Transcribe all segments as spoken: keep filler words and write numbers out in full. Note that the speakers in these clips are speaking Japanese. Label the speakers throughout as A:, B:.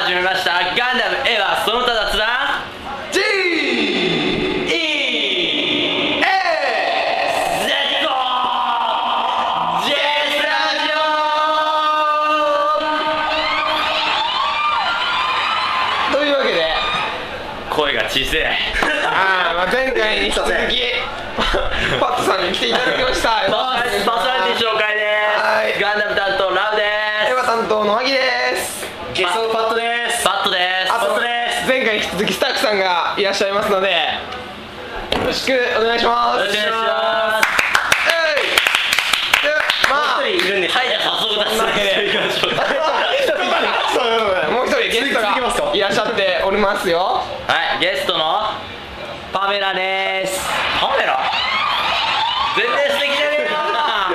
A: 始めましたガンダム エヴァその他雑談 ジーイーエスゼット ジェスラジオというわけで声が小さいあ、まあ、前回に引き続きパットさんに来ていただきました
B: パーソナリティ紹介です。ガンダム担当ラウです。
A: エヴァ担当の萩です。
B: ゲストのパットです。パットです。
A: あと前回に引き続きスタッフさんがいらっしゃいますのでよろしくお願いします。
B: お願いします。
A: で、まあ
B: もう一人いるんで、はい、早速出していきましょう。
A: もう一人ゲストがいらっしゃっておりますよ。
B: はい、ゲストのパメラです。パメラ全然素敵じゃねえな。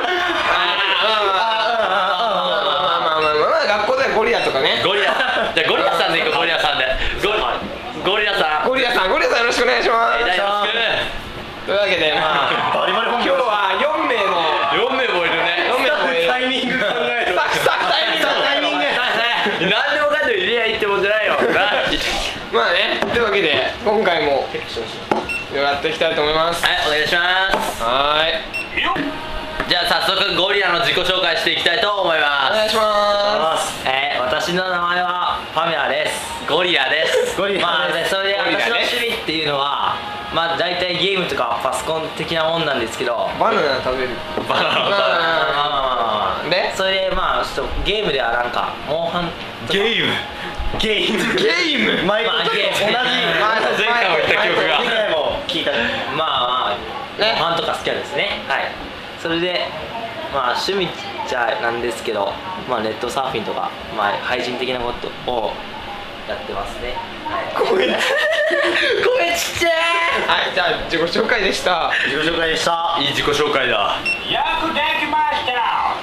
A: 学校でゴリラとかね。
B: ゴリラ、じゃあゴリラさんでいこう。ゴリラさんでゴリラさん
A: ゴリラさんゴリラさんよろしくお願いします。
B: よろし
A: くというわけで、まあ今日はよんめいの
B: よんめいもいるね。
A: よんめいもいる
B: タイミング考える。
A: タイミングタイミング
B: 何でもかんでも入れやいいってもんじゃないよ。
A: まあね、というわけで今回もやっていきたいと思います。
B: はい、お願いします。
A: はーい。
B: じゃあ早速ゴリラの自己紹介していきたいと思います。
A: お願いします。
B: えー、私の名前はパメラです。ゴリラです。ゴリラです。まあね、それで私の趣味っていうのはまあ大体ゲームとかパソコン的なもんなんですけど、
A: バナナ食べる。
B: バナナ食べる。まあまあまあまあ。
A: で、
B: それでまあちょっとゲームではなんかモンハン
A: ゲームゲームゲーム
B: 前まあゲーム同じ
A: 前回も言った記憶が
B: 前回も聞いた。まあまあモンハンとか好きなんですね。はい。それでまあ趣味じゃなんですけど、まあネットサーフィンとかまあ廃人的なことをやってますね。はい。
A: 声
B: 声ちっちゃい。
A: はい、じゃあ自己紹介でした。
B: 自己紹介でした。いい自己紹介だ。
C: よくできました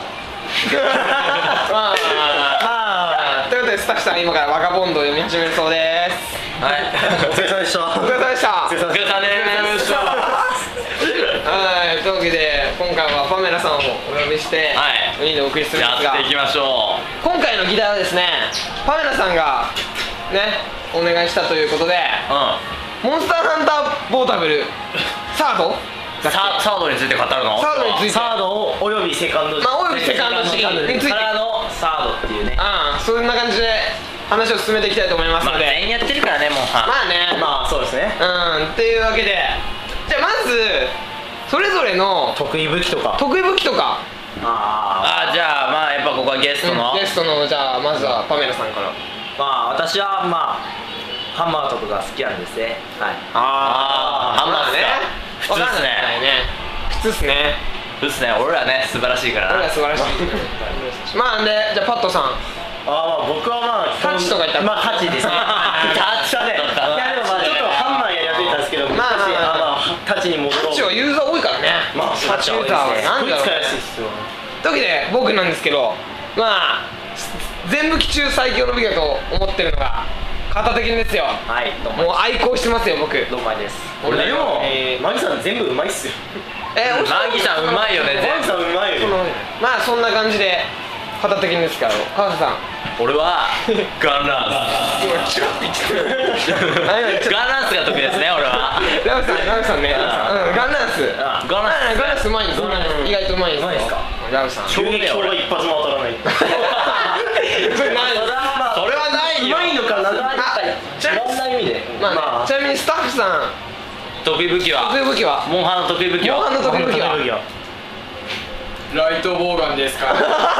A: まあまあということでスタッフさん今からワガボンドを読み始めるそうです。
B: はい。お疲れ様でした。
A: お疲れ様でした。
B: お疲れ様でした。
A: はい、というわけで今回はパメラさんをお呼びしてよにんでお送りするんですが、
B: やっていきましょう。
A: 今回の議題はですね、パメラさんがねお願いしたということで、
B: う
A: モンスターハンターポータブルサード
B: ん。ササードについて語るの？
A: サードについて、
B: サードをおよびセカンド、
A: まあおよびセカンドシーンについて
B: からのサードっていうね。
A: ああ、そんな感じで話を進めていきたいと思います
B: まあ
A: ので、
B: 全員やってるからね、もう。
A: まあね、
B: まあそうですね。
A: うん、っていうわけで、じゃあまずそれぞれの
B: 得意武器とか。
A: 得意武器とか、
B: ああ、じゃあまあやっぱここはゲストの、
A: ゲストの、じゃあまずはパメラさんから。
B: まあ私はまあハンマーとかが好きなんですね。はい。
A: あ
B: ハンマーですか。普通っす
A: わかんない
B: ね。
A: ね。普通っすね。
B: 普通っすね。俺らね素晴らしいからな。
A: 俺ら素晴らしい。まあで、じゃあパットさん。
D: ああ、まあ僕はまあ
A: タッチとか言ったら、
D: まあタッチですね。
B: タッチね。
D: いやでもまあちょっとハンマーやってたんですけど、
A: まあまあまあ
D: まあタッチに戻ろう。
A: タッチはユーザー多いからね。
D: まあ
A: タッチユーザーはなんだろうね。
D: 使いやすいっすよ。
A: というわけで僕なんですけど、まあ全武器中最強の武器だと思ってるのが片手剣ですよ。
B: はい。どうも。
A: もう愛好してますよ僕。
B: どうもです。
D: 俺でも
A: え
D: マギさん全部うまいっすよ。
A: えー、
B: マギさんうまいよね。
D: マギさんうまいよ。
A: まあそんな感じで片手剣ですから、川瀬さん。
B: 俺はガンランス。
A: チュッて言ってあ今言っちゃっ
B: ガンランスが得意ですね、俺は。
A: た。ラウさん、ラウさんね、うん、ガンランス。
B: ガンランス
A: ガンランスうまいんですよ。意外とうまいんですよ。
B: うまいですか。
A: ラウさん。
D: 衝撃砲が一発も当たらない。
A: それない。それはないよ。
D: うまいのかな。
A: ちなみに
B: いろんな意味で。
A: まあね
D: まあ
A: ちなみにスタッフさん
B: 得意武器は
A: 得意武器は
B: モンハンの得意武器は
A: モンハンの得意武器は
C: ライトボウガンですか
A: おい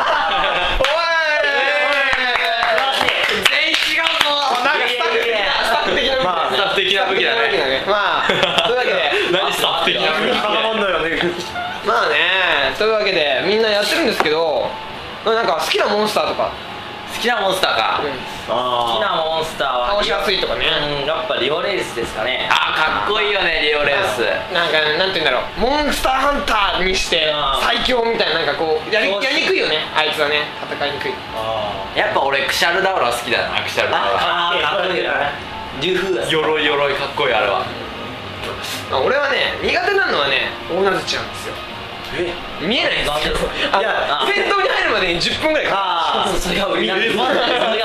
A: 全員違うぞ。なんかスタッフ的なスタッフ的な武器だね。
B: スタッフ的な武器だね。
A: まあというわけで
B: 何スタッフ的な武器
D: バカもんだよね。
A: まあね、というわけでみんなやってるんですけど、なんか好きなモンスターとか、
B: 好きなモンスターか。好
D: あ
B: きなモンスターは
A: 倒しやすいとかね。
B: うん、やっぱリオレースですかね。あー、かっこいいよね、リオレース。
A: なんかなんて言うんだろう、モンスターハンターにして最強みたいな、なんかこうやりやりにくいよね、あいつはね、戦いにくい。
D: あ。
B: やっぱ俺クシャルダウラ好きだな、クシャルダウラ。
D: あーかっこいいよね。
B: 竜風が鎧鎧かっこいい、あれは。
A: 俺はね、苦手なのはね、大名槌なんですよ。
B: え、
A: 見えないんですよ。
B: いや、
A: 戦闘に入るまでにじゅっぷんぐらいかかる。
B: ああ、それが売りなんです。それが売りなんです。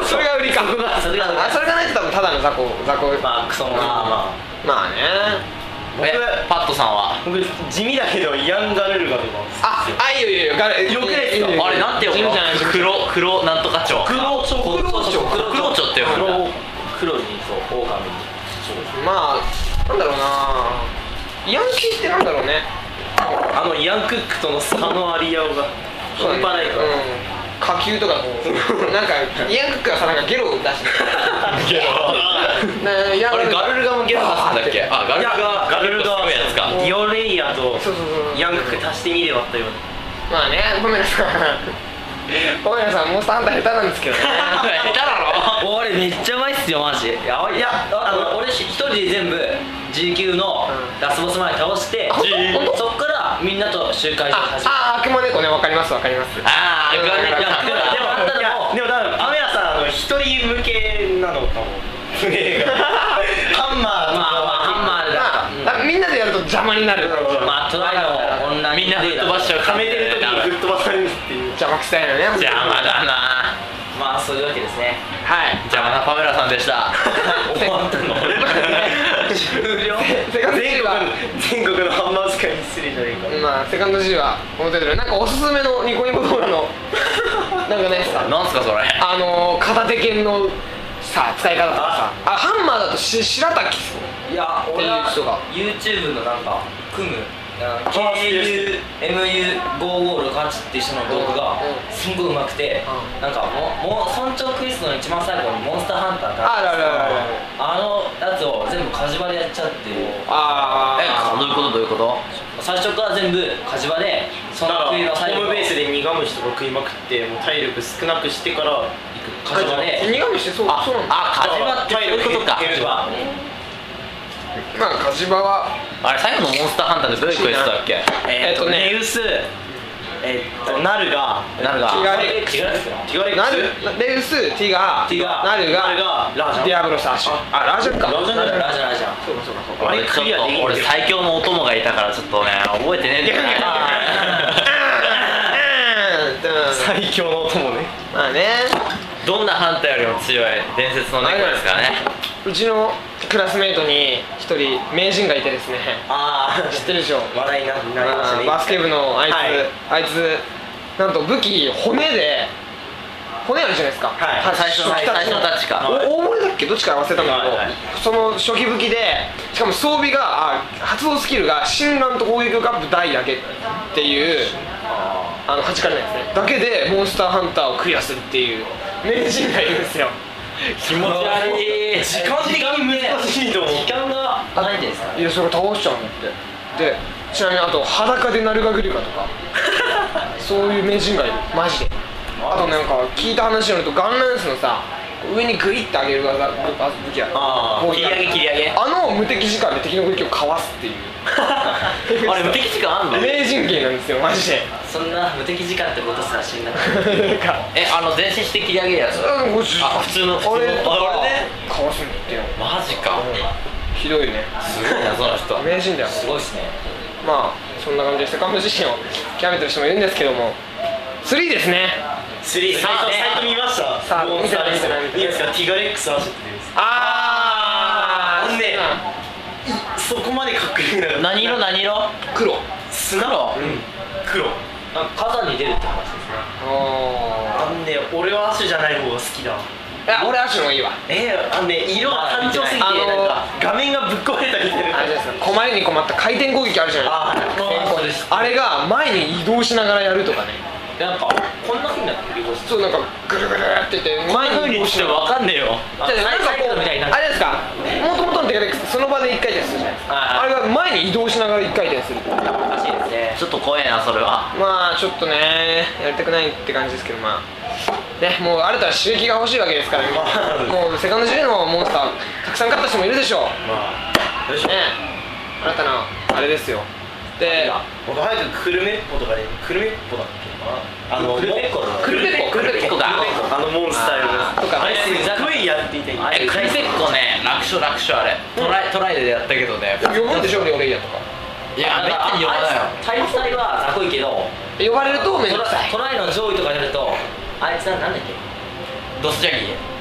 E: それが売りか。
B: それが売り
E: あ、それがないと多分ただの雑魚雑魚。
B: まあクソもな。
D: ま
E: まあね。
B: えパットさんは
D: 僕地味だけどイアンガルルガとか
E: あ、あ、いいよいいよ。ガレ
B: よくないですか？あれなんて読むの？
E: 地味じゃない
B: 黒黒なんとか町。
E: 黒町黒町
B: 黒町って読むんだ。
D: 黒にそう狼に
E: まあなんだろうな。ヤンキーってなんだろうね。
D: あのイアンクックとの差のありようが半端ないから、
E: うん。火球とかこうなんかイアンクックがさなんかゲロを出して
B: ゲロ。
E: ね、ヤン
B: あれガルルガもゲロ出すんだっけ？あガルルガ
D: ガルルガ
B: のやつか。
D: ディオレイヤーと
E: そうそうそう
D: イアンクック足してにで割ったような
E: まあね、ごめんなさいごめんなさい、モンスターハンター下手なんですけどね
B: 下手だろ？俺めっちゃうまいっすよマジ。いやいやあの俺一人で全部 ジーキュー のラスボスまで倒して
E: あ本当本当
B: そっからみんなと集会して始め
E: あ、あ、悪魔猫ね、わかりますわかります
B: ああ、悪魔猫。でもあった
D: いや
B: のも
D: でも多分アメヤさんあの一人向けなのかもプレーがハンマー
B: まあまあハンマーでだった。
E: まあ、みんなでやると邪魔になる
B: まあトライの女
D: みんな吹っ飛ばしちゃう、はめてる時に吹っ飛ばされるっていう
E: 邪魔くさいのね
B: 邪魔だな。まあそういうわけですね。
E: はい
B: 邪魔なパメラさんでした。終わったの？終了？
E: セカンド G
D: 全
E: は
D: 国全国のハンマー使いに失礼じゃないか
E: まあ、セカンド G は表でなんかおすすめのニコニコ動画のなんかね
B: なんすかそれ？
E: あのー、片手剣のさ、使い方とかさあ、ハンマーだとし白滝
B: いや
E: っていう人が
B: YouTube のなんか組むケ
D: あ
B: ーユーエムユーごーごーろくはちっていう人の動画が
E: うん
B: すんごいうまくて、
E: う
B: なんかももう村長クエストの一番最後にモンスターハンターって
E: あるあるあるある
B: あのやつを全部火事場でやっちゃうっていう。
E: あ
B: え、どういうことどういうこと？最初から全部火事場でその
D: だから
B: 冬の最後
D: ホームベースで苦虫とか食いまくってもう体力少なくしてから行く
B: 火事場で
E: 苦味してそう
B: あ
E: そうなんだ
B: あ火事場ってそういうことか。
D: 体力減るわ
E: まあ、火事場は
B: あれ最後のモンスターハンターってどういうクエストだっけ？
E: えっとね
D: ネウスえっとナルが
B: なるが
E: ティガレ
B: 違うですか？
D: ティガレック
E: ナ
D: ス
E: ルレウス、ティガ
B: ティガ
E: ナル
D: ナル
E: が
D: がラージャン
E: ディアブロスアッシュあ、ラージャンか
D: ラージャンだよ
B: ラジャラジャ
E: そうかそうかそうか
D: あれ
B: 俺ちょっ
D: クリアできん
B: と俺最強のお供がいたからちょっとね覚えてねえんだよね。
D: 最強のお供ね
E: まあね
B: どんなハンターよりも強い伝説の猫ですからね。
E: うちのクラスメートに一人名人がいてですね
D: ああ
E: 知ってるでしょ
D: 話題にななりましたね
E: バスケ部のあいつ、
D: はい
E: あいつなんと武器骨で骨あるじゃないですか、
D: はい
E: は
B: 最初の
E: 初期
B: 最初のタッチか。
E: お大盛りだっけどっちか忘れたんだけど、
D: はいはい
E: その初期武器でしかも装備があ発動スキルが侵乱と攻撃力アップ大だけっていうあのはちからのやつねだけでモンスターハンターをクリアするっていう名人がいるんですよ
B: 気持ち悪い。
D: 時間的に難しいと思う
B: 時間がないんですか？
E: いやそれ倒しちゃうんだってでちなみにあと裸でナルガグリカとかそういう名人がいるマジであとなんか聞いた話によるとガンランスのさ上にグイッて上げる技武器ある
D: あー
E: 攻撃
B: 切り上げ切り上げ。
E: あの無敵時間で敵の攻撃をかわすっていう
B: あれ無敵時間あんの？
E: 名人芸なんですよマジで
B: そんな無敵時間ってことすら知んなかった。
E: なんか
B: え、あの前進して切り上げるやつ？
E: うんごじ
B: あ普通の普通の
E: あれとか
B: あれね
E: かわすんだってよ
B: マジか。
E: ひどいね
B: すごいなその人。
E: 名人だよ
B: すごいっすね。
E: まあそんな感じでセカンド自身を極めてる人もいるんですけどもスリーですね
D: スリーサイトサイト見ました
E: さあ
D: モンスター
E: 見てない見てない
D: いいですかティガレックスアシェって言うんです
E: あ
D: あーねそこまでかっこいいな
B: 何色何色？
E: 黒
D: 砂うん黒
B: なんか火山に出るって話ですね。
E: あ
D: あんね俺はアシュじゃない方が好きだわ
E: いや俺アッシュの方がいいわ
D: えー、あんね色が単調すぎて
E: あのー
D: なんか画面がぶっ壊れたみたいな
E: あれじゃないですか困りに困った回転攻撃あるじゃない
D: あ
E: ですかあれが前に移動しながらやるとかね
B: なんかこんな風になってるよ。
E: そうなんかぐるぐるって言って前に移動しながら
B: わかんねえよ。
E: じゃあなんかこう
B: みたいにな
E: あれですかもともとのテカレックスその場で一回転するじゃないですかあ
B: はいはい
E: れが前に移動しながら一回転する
B: らしいですね。ちょっと怖えなそれは。
E: まあちょっとねやりたくないって感じですけどまあねもう新たな刺激が欲しいわけですからねもうセカンド G のモンスターたくさん勝った人もいるでしょう
D: まあよいしょ
E: ね新たなあれですよで
D: 僕早くクルメッポとかでクルメッポだっけあの
B: クルメッポ
E: クルメッポクルメッポ
B: クルメッポか
D: あのモンスター
E: とか
D: あれすっごいやっていたい
B: あれクリセッコね楽勝楽勝あれトライトライでやったけどね。
E: 呼ぶんでしょレオレイヤとか
B: いやめったに呼ばないよ。対立隊は雑魚いけど
E: 呼ばれるとめんどくさい
B: トライの上位とかやるとあいつなんだっけドスジャギ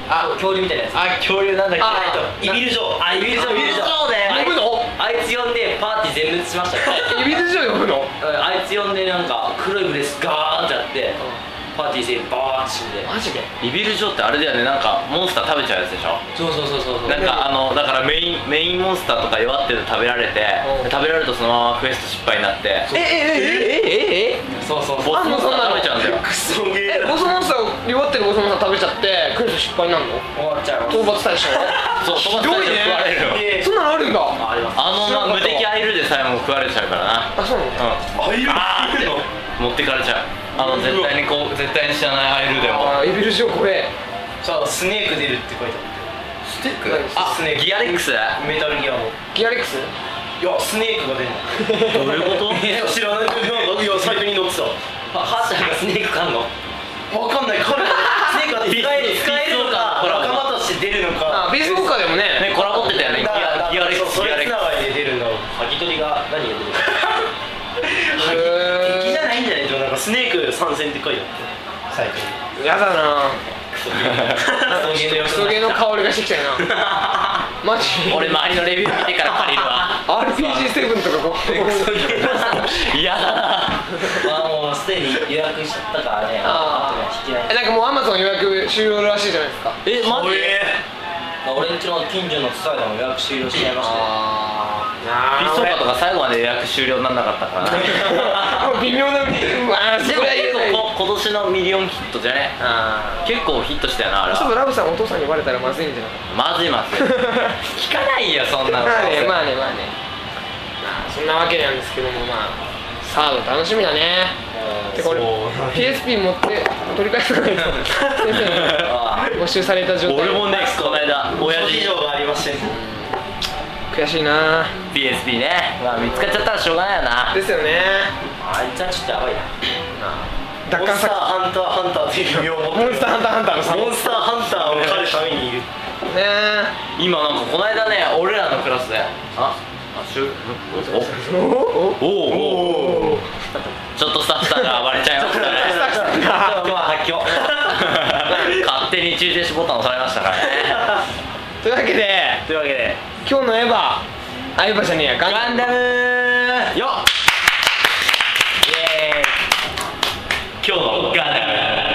B: あ恐竜みたいなやつあ恐竜なんだっけ
E: あ
B: イビルジョーあイビルジョーイビルジョーね
E: 呼ぶの？
B: あいつ呼んでパーティー全滅しましたよ
E: イビルジョー呼ぶの？
B: あいつ呼んでなんか黒いブレスガーンってやってパーティー全員バーって死んで
E: マジで？
D: イビルジョーってあれだよね、なんかモンスター食べちゃうやつでしょ。
B: そうそうそうそうそう
D: なんかあのだからメインメインモンスターとか弱ってると食べられて、
E: うん
D: 食べられるとそのままクエスト失敗になって
E: えええええええ
B: そうそう
D: ボスモンスター食べちゃうんだよ。
B: クソゲ
E: えボスモンスター弱ってるボスモンスター食べちゃってクエスト失敗になるの？
B: 終わっちゃう
E: 討伐大将
D: そう飛ばす
E: ひどいね
D: 食われるの。
B: え
E: そんなのあるんだ。
B: あります
D: あのまあ無敵アイルでさえも食われちゃうからな。
E: あ、そうなの？
D: うん
B: あいる
D: あーって持ってかれちゃう。あの絶対にこう絶対に知らないアイルでも
E: あー、イビルジョー怖え。
B: そうスネーク出るって書いて
D: スティック
E: あ
B: スネーク
D: ギアレックス
B: メタルギアの
E: ギアレックス？
B: いやスネークが出るの
D: どういうこと
B: いや知らないなんかいやサイトに載ってたはハッシャーがスネークかんのわかんない彼スネークは使える使えるのか仲間として出るのか
E: あ、ビースウォーカーでもね。
D: ねコラボってたよね。ギ
B: だ
D: アギアレックス
B: そうそれ
D: ギアレック
B: つながりで出るんだろうハギトリが何が出るハギ
E: へー
B: 敵じゃないんじゃないでもなんかスネーク参戦って書いてあってサイトに
E: やだな。
B: クソゲーの
E: クソゲーの香りがしてきたよな。マジ？
D: 俺周りのレビュー見てから借りるわ。
E: アールピージーセブン とかこう
D: 嫌だな。
B: まあもうすでに予約しちゃったからね
E: あ
B: 引きない
E: え、なんかもうアマゾン予約終了らしいじゃないですか。
D: えマジ
B: えー俺んちの近所のツタヤでも予約終了しちゃいましたよ
E: あ
D: ピストカとか最後まで予約終了にならなかったからね。
E: ー微妙な、うわー、そ
D: でも
E: れは言えない。
D: 結構こ今年のミリオンヒットじゃね。
E: あ
D: 結構ヒットしたよなあれは。
E: ーちょっとラブさんお父さんにバレたらまずいんじゃないか
D: まずいまずい。聞かないよそんなの。
E: まあね、まあね、まあね。まあそんなわけなんですけども、まあサード楽しみだね。でこれ ピーエスピー 持って取り返さないと先生に没収された状態。
D: 俺もねこの間親父
B: 事情がありまして
E: 悔しいな。
D: ピーエスピー ね、まあ見つかっちゃったらしょうがないよな。
E: ですよね。
B: あいつはちょっとやばいな
E: 奪還作
B: モンスターハンターハンターっていう異名を持ってる
E: モンスターハンターハンターのさん
B: モンスターハンターを狩るためにいる
E: ね
D: 今なんかこの間ね俺らのクラスでああしゅお
E: おお
D: おおおちょっとスタッフさんが暴れちゃいましたね。
B: 今日は発狂
D: 勝手に中停止ボタン押されましたからね。
E: というわけで
B: というわけで
E: 今日のエヴァあエヴァじゃねえやガン
D: ガンダムーよっイエーイ今日のガンダム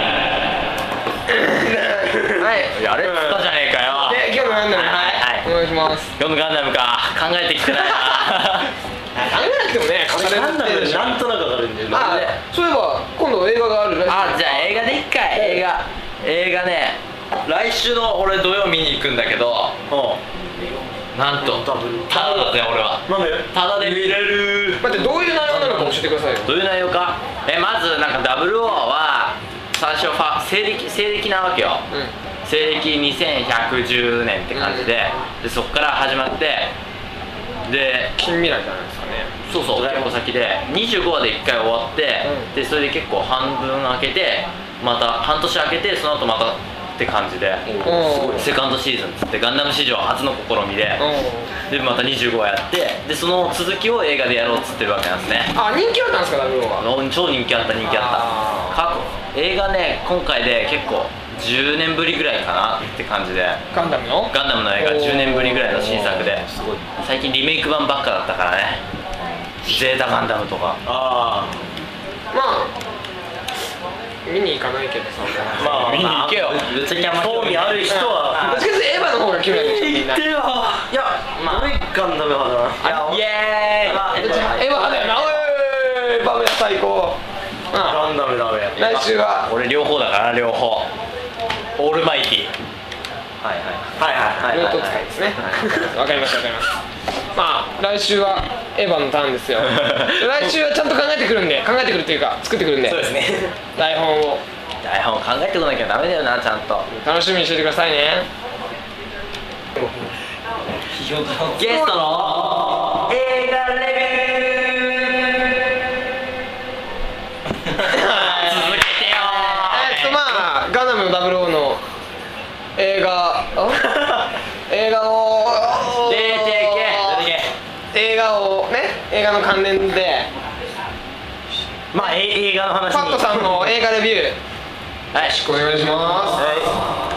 E: はい
D: やれっつったじゃねえかよ。
E: で今日のガンダム
D: はいはい
E: お願いします。
D: 今日のガンダムか考えてきてないな。
E: 考えなくてもね語れ
B: ガンダム
E: るってるじゃん。
B: なんとなくわかるんだよ
E: あそういえば今度映画があるらしい。
D: あじゃあ映画でいっかい映画映画ね来週の俺土曜見に行くんだけどなんと
B: 多分
D: タダだぜ俺は
B: なんで
D: タダで見れる。
E: 待ってどういう内容なのか教えてくださいよ。
D: どういう内容かえまずなんかダブルオーは最初ファ西暦西暦なわけよ。
E: うん
D: 西暦にせんひゃくじゅうねんって感じで、でそこから始まってで
E: 近未来じゃないですかね。
D: そうそう結構先でにじゅうごわでいっかい終わって、
E: うん
D: でそれで結構半分空けてまた半年空けてその後またって感じで
E: おー
D: セカンドシーズンっつってガンダム史上初の試みで
E: うん
D: でまたにじゅうごわやってでその続きを映画でやろうっつってるわけなんですね。
E: あ人気あったんですかダブルオーは。
D: の超人気あった人気あった過去映画ね今回で結構じゅうねんぶりぐらいかなって感じで
E: ガンダムの
D: ガンダムの映画じゅうねんぶりぐらいの新作で
B: すごい
D: 最近リメイク版ばっかだったからねゼータガンダムとか
B: あ
E: まあ見に行かないけどさ。
B: あまあ
D: 見に行けよ
B: ぶっちゃけあんま興味ある人は
E: どっちかというとエヴァの方が興味あるでしょみんな。
B: よいや
D: まあ
B: 俺ガンダム派だないや
D: イエーイ
B: まあ
E: エヴァ派だよな。おいバブヤ最高。あ
B: ガンダムダメ
E: 来週は
D: 俺両方だからな両方オールマイティ
B: はいはいはいはい
E: ルート使いですね。わかりましたわかりました。まあ来週はエヴァのターンですよ。来週はちゃんと考えてくるんで考えてくるっていうか作ってくるんで
B: そうですね
E: 台本を
D: 台本考えてこなきゃダメだよなちゃんと
E: 楽しみにしててくださいね。
D: ゲストの映画レビュー続けてよ
E: えっとまあガンダムのダブルオーの映画あ映画を
D: 出てけ出てけ
E: 映画をね映画の関連で
B: まあえ映画の話に
E: パットさんの映画レビューよ
D: はい
E: ろしくお願いします。
B: はい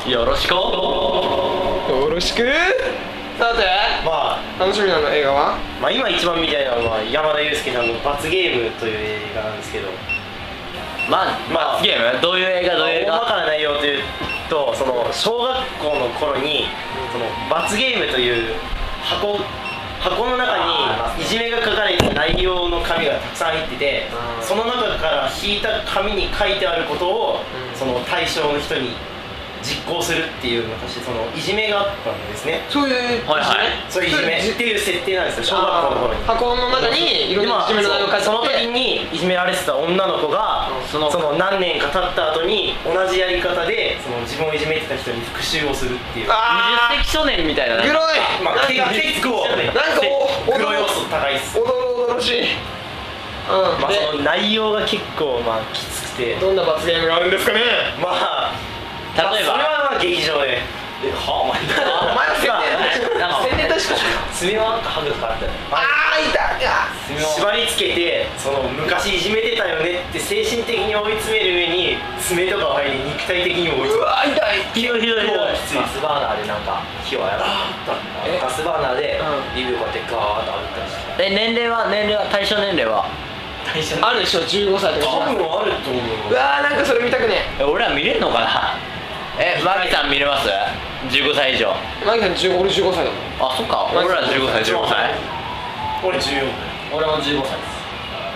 D: よろしく。
E: よろしく。さて
B: まあ
E: 楽しみなの映画は
B: まあ今一番見たいのは、まあ、山田裕介さんの「罰ゲーム」という映画なんですけど、
D: まあ
B: まあ
D: 罰ゲームどういう映画どういう映画。
B: 大まかな内容というと、その小学校の頃にその罰ゲームという箱箱の中にいじめが書かれた内容の紙がたくさん入ってて、その中から引いた紙に書いてあることをその対象の人に実行するっていう昔そのいじめがあったんですね。
E: そういう
D: はいはい
B: そういういじめっていう設定なんですよ、小学校の頃に。
E: 箱の中にいろんないじめの内容を書いて
B: その時にいじめられてた女の子が、
E: うん
B: そのその何年か経った後に同じやり方でその自分をいじめてた人に復讐をするっていう。
E: あ
D: 二十世紀少年みたいなね。
E: ーグロい
B: まあ、結構
E: なんかお
B: 黒要素高いっす。
E: おどろおどろしい。うん、
B: まあ、
E: で
B: その内容が結構まあきつくて、
E: どんな罰ゲームがあるんですかね。
B: まあ
D: 例えば
B: まあそれはまあ劇場でえはお前
E: お前は宣伝
D: なんか
E: 宣伝確か
B: 爪はハグとかあったよね。
E: あーいたいや
B: 縛り付けてその昔いじめてたよねって精神的に追い詰める上に爪とかを入り肉体的にも追い詰める。
E: うわ痛い
B: ひどいひどいひどい。
D: ガスバーナーでなんか火をやら
E: え
B: ガスバーナーで
E: うん
B: 指をこうやってガーッと炙ったりして。
D: え年齢は年齢は対象年齢は。
B: 対象
E: あるでしょじゅうごさいとか
B: 多分あると思う。
E: うわーなんかそれ見たくね
D: え俺ら見れるのかな。えマギさん見れます。じゅうごさい以上。
E: えマギさんじゅう俺じゅうごさいだもん。
D: あそっか俺らじゅうごさいじゅうごさい。
B: 俺じゅうよんだよ。
D: 俺もじゅうごさいです。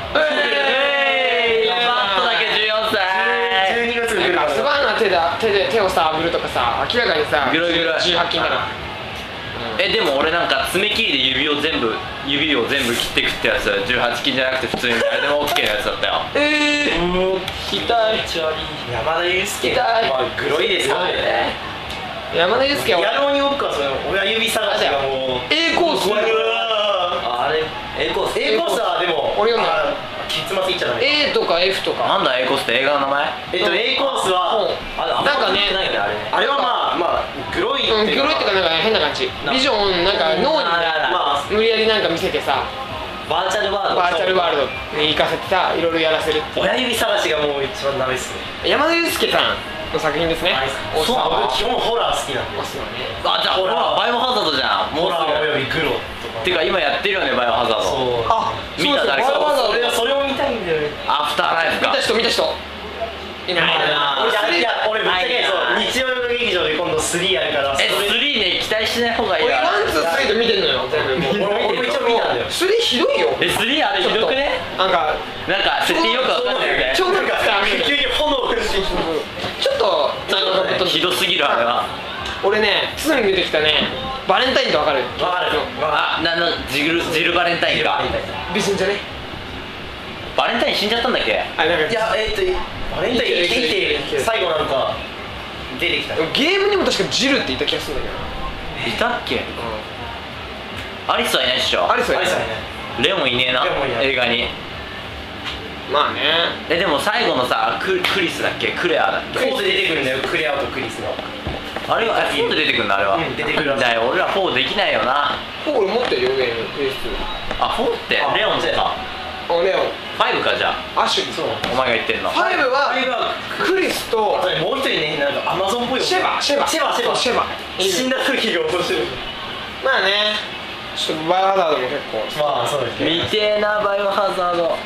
E: え
D: バットだけじゅうよんさい。
B: じゅうにがつに来るから
E: ガスバーナー手で手で手をさ炙るとかさ明らかにさ
D: グロいグロい
E: じゅうはち禁だな。
D: えでも俺なんか爪切りで指を全部指を全部切ってくってやつじゅうはち禁じゃなくて普通に誰でも OK なやつだったよ。
E: えー、痛い
B: 山田裕介。
E: 痛い
B: まあグロいですからね。
E: 山田裕介は
B: やろうに僕はその親指探しがもう
E: A コース
B: うわー
D: あれ A コース
B: A コースはでも
E: 俺読んだ
B: あ結末言っちゃダメ。
E: A とか F とか
D: なんだ A コースって映画の名前。
B: えっと A コースは
E: うんなんかね
D: ないよねあれね。
B: あれはまあまあグロいって
E: うん、
B: いうのは
E: グロいっていうかなんか変な感じビジョンなんか脳に
D: あ
B: まあ
E: 無理やりなんか見せてさ
D: バーチャルワールド。
E: バーチャルワールドに行かせてさいろいろやらせるっていう
B: 親指探しがもう一番ダメですね。
E: 山田裕介さんの作品ですね
B: そう
E: 大沢
B: 僕基本ホラー好きなんで。
E: あそうだね
D: あじゃあほらバイオハザードじゃんもう
B: ホラーお
D: す
B: よびグロとか。
D: ぐ。てか今やってるよねバイオハザード。
B: そう
E: あ
D: 見た誰か
E: わざわざ
B: それはそれを見たいんだよね。
D: アフターライフか。
E: 見た人見た人いない
D: な
B: 俺いや俺ぶっちゃけそう
D: ないな
B: 日曜夜劇場で今度スリーやるからそ
D: え
B: れ
D: スリーね期待しない方がいい
E: 俺
D: わ。
E: ワンツースリーと見てんのよ全部
B: 俺俺も一応見たんだよ。
E: スリーひどいよ
D: えスリーあれひどくね。
E: なんか
D: なんか設定よくわかんないよね。
E: ちょうどなんかさ
B: 急に炎が出てきて
E: ちょっとなんか
D: ひどすぎるあれは。
E: 俺ねすぐに出てきたねバレンタインってわかる
B: わかる
D: あななジルジルバレンタインか。
E: 美人じゃね
D: バレンタイン死んじゃったんだっけ。
E: あなんか
B: いやえっとバレンタイン生きていて最後なんか出てきた。
E: ゲームにも確かジルっていた気がするんだけど
D: いたっけ。アリスはいないっしょ。
E: アリスはいない
B: あれさね。
D: レオンいねえな
B: レオンいない
D: 映画に。
E: まあね
D: えでも最後のさククリスだっけクレアだっけ。
B: フォーで出てくるんだよクレアとクリスが。
D: あれはフォーで出てくるんだあれは。
B: うん出てくる
D: だよ俺らフォーできないよな。
E: フォー俺持ってるよ上にプレイス
D: あフォーって
B: あ
D: レオンとか
E: あレオン
D: ファイブかじゃあ
E: アシュリー
B: そう
D: お前が言ってんの。
E: ファイブは
B: あれが
E: クリスと
B: あとねもう一人ねなんかアマゾンっぽいよ。
E: シェバシェバ
B: シェバシェバ
E: シェバ
B: 死んだ時が面白い。
E: まあねちょっとバイオハザードも結構
B: まあそうですね。
D: 見てえなバイオハザード。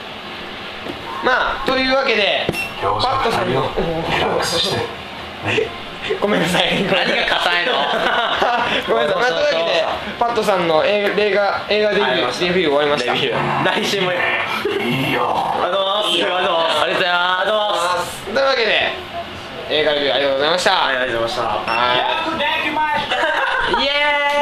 E: まあというわけでパットさんのごめんなさい
D: 何が硬いの
E: ごめんなさい、まあ、というわけでパットさんの映画映画映画デビューデビュー終わりました
D: レビュー来週もいいよありがとうございますありがとうございますありがとうございます
E: というわけで映画レビューありがとうございました
B: はいありがとうございました。
E: は
C: よくできました
E: いイエ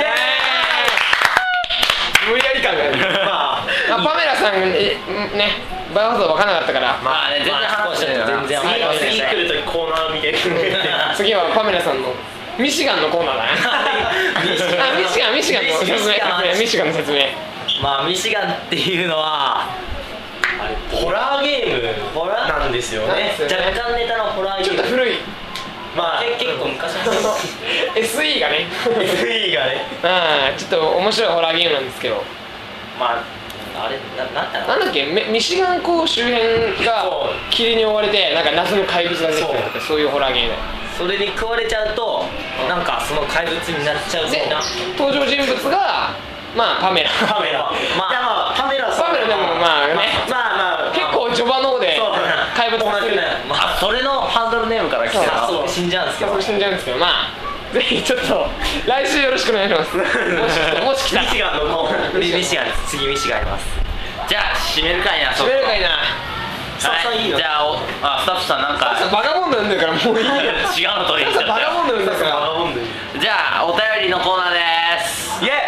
E: ーイ無理やり感がある
B: まあ
E: あパメラさんえねバイオハザード分からなかったから
D: まあね全然話してないよな
B: 全然次次来る時コーナー見て
E: 次はパメラさんのミシガンのコーナーだねあミシガンミシガンの説明説明ミシガンの説明
D: まあミシガンっていうのは
B: ホラーゲーム
D: ホラー
B: なんですよね。
E: なんですよね
D: 若干ネタのホラーゲ
E: ちょっ
D: ーム
E: と古い
B: まあ
D: 結構昔の
E: エスイー がね
B: エスイー がね
E: うんちょっと面白いホラーゲームなんですけど
D: まああれななんだろう
E: なんだっけめミシガン港周辺が
B: そう
E: 霧に覆われてなんか謎の怪物が出てきたりとかそういうホラーゲーム
B: それに食われちゃうとなんかその怪物になっちゃう
E: で
B: 的な。
E: 登場人物がまあパメラ
A: パメラ
B: まあ
A: いやまあパメラさん
E: パメラでもまあね
A: まあまあ
E: 結構序盤の方で
A: そう
E: 怪物化する
B: まあそれのハンドルネームから来てる
A: そうそう
B: 死んじゃうんですけど。
E: それ死んじゃうんですけど、まあぜひちょっと来週よろしくお願いしますもしもし来たら
A: ミシガンのもう
B: ミシガンです。次ミシガンあります。じゃあ締めるかいな。
E: 締めるかいな
A: スタッフさんいいの
B: じゃあおあスタッフさんなんか
E: バカモンド読んでるからもういいよ
B: 違うの取りに来ちゃったよ。
E: バカモンド読んでるから
A: バカモンド
B: じゃあお便りのコーナーです。
A: イエ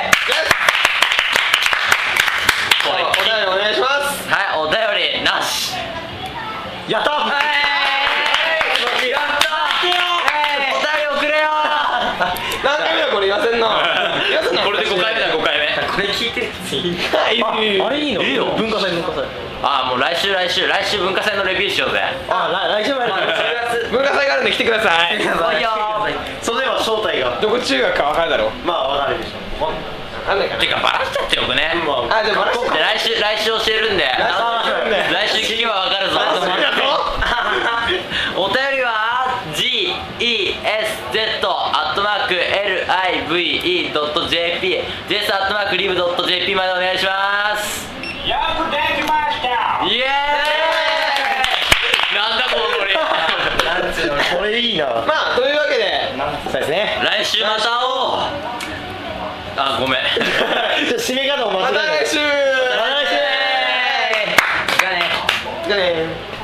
E: お便りお願いします
B: はいお便りなし。
A: ーやった
B: はいやったお便り送れよ
E: 何回目だこれ言わせんの言わせんの
B: これでごかいめだごかいめ。
A: これ聞いてるやついい
E: いいいい
A: あれいいの
B: いいよ
A: 文化祭文化祭
B: あもう来週来週来週文化祭のレビューしようぜ。
A: あ来来週まで
E: 文化祭があるんで来てください
B: 来いよ
A: それでは正体が
E: どこ中学か分かるだろう
A: まあわかるでしょ
E: 分かんないかな
B: てかバラしちゃってよくね。
A: まあ
E: あでもバラして
B: で来週来週教えるんで来週聞けばわかるぞ。お便りは ジーイーエスゼット アットマーク エルアイブイイー ドット ジェーピー ジェイエス アットマーク リブ ドット ジェーピー までお願いします。
C: よくできました
B: イエーイなんだこのノリ
A: なんつうのこれいいな
E: まあというわけで
A: そうですね
B: 来週また会おう。あごめん
A: 締め方を間違
E: また
A: え
E: 来週
A: たまた来週
B: じゃあね
E: じゃあね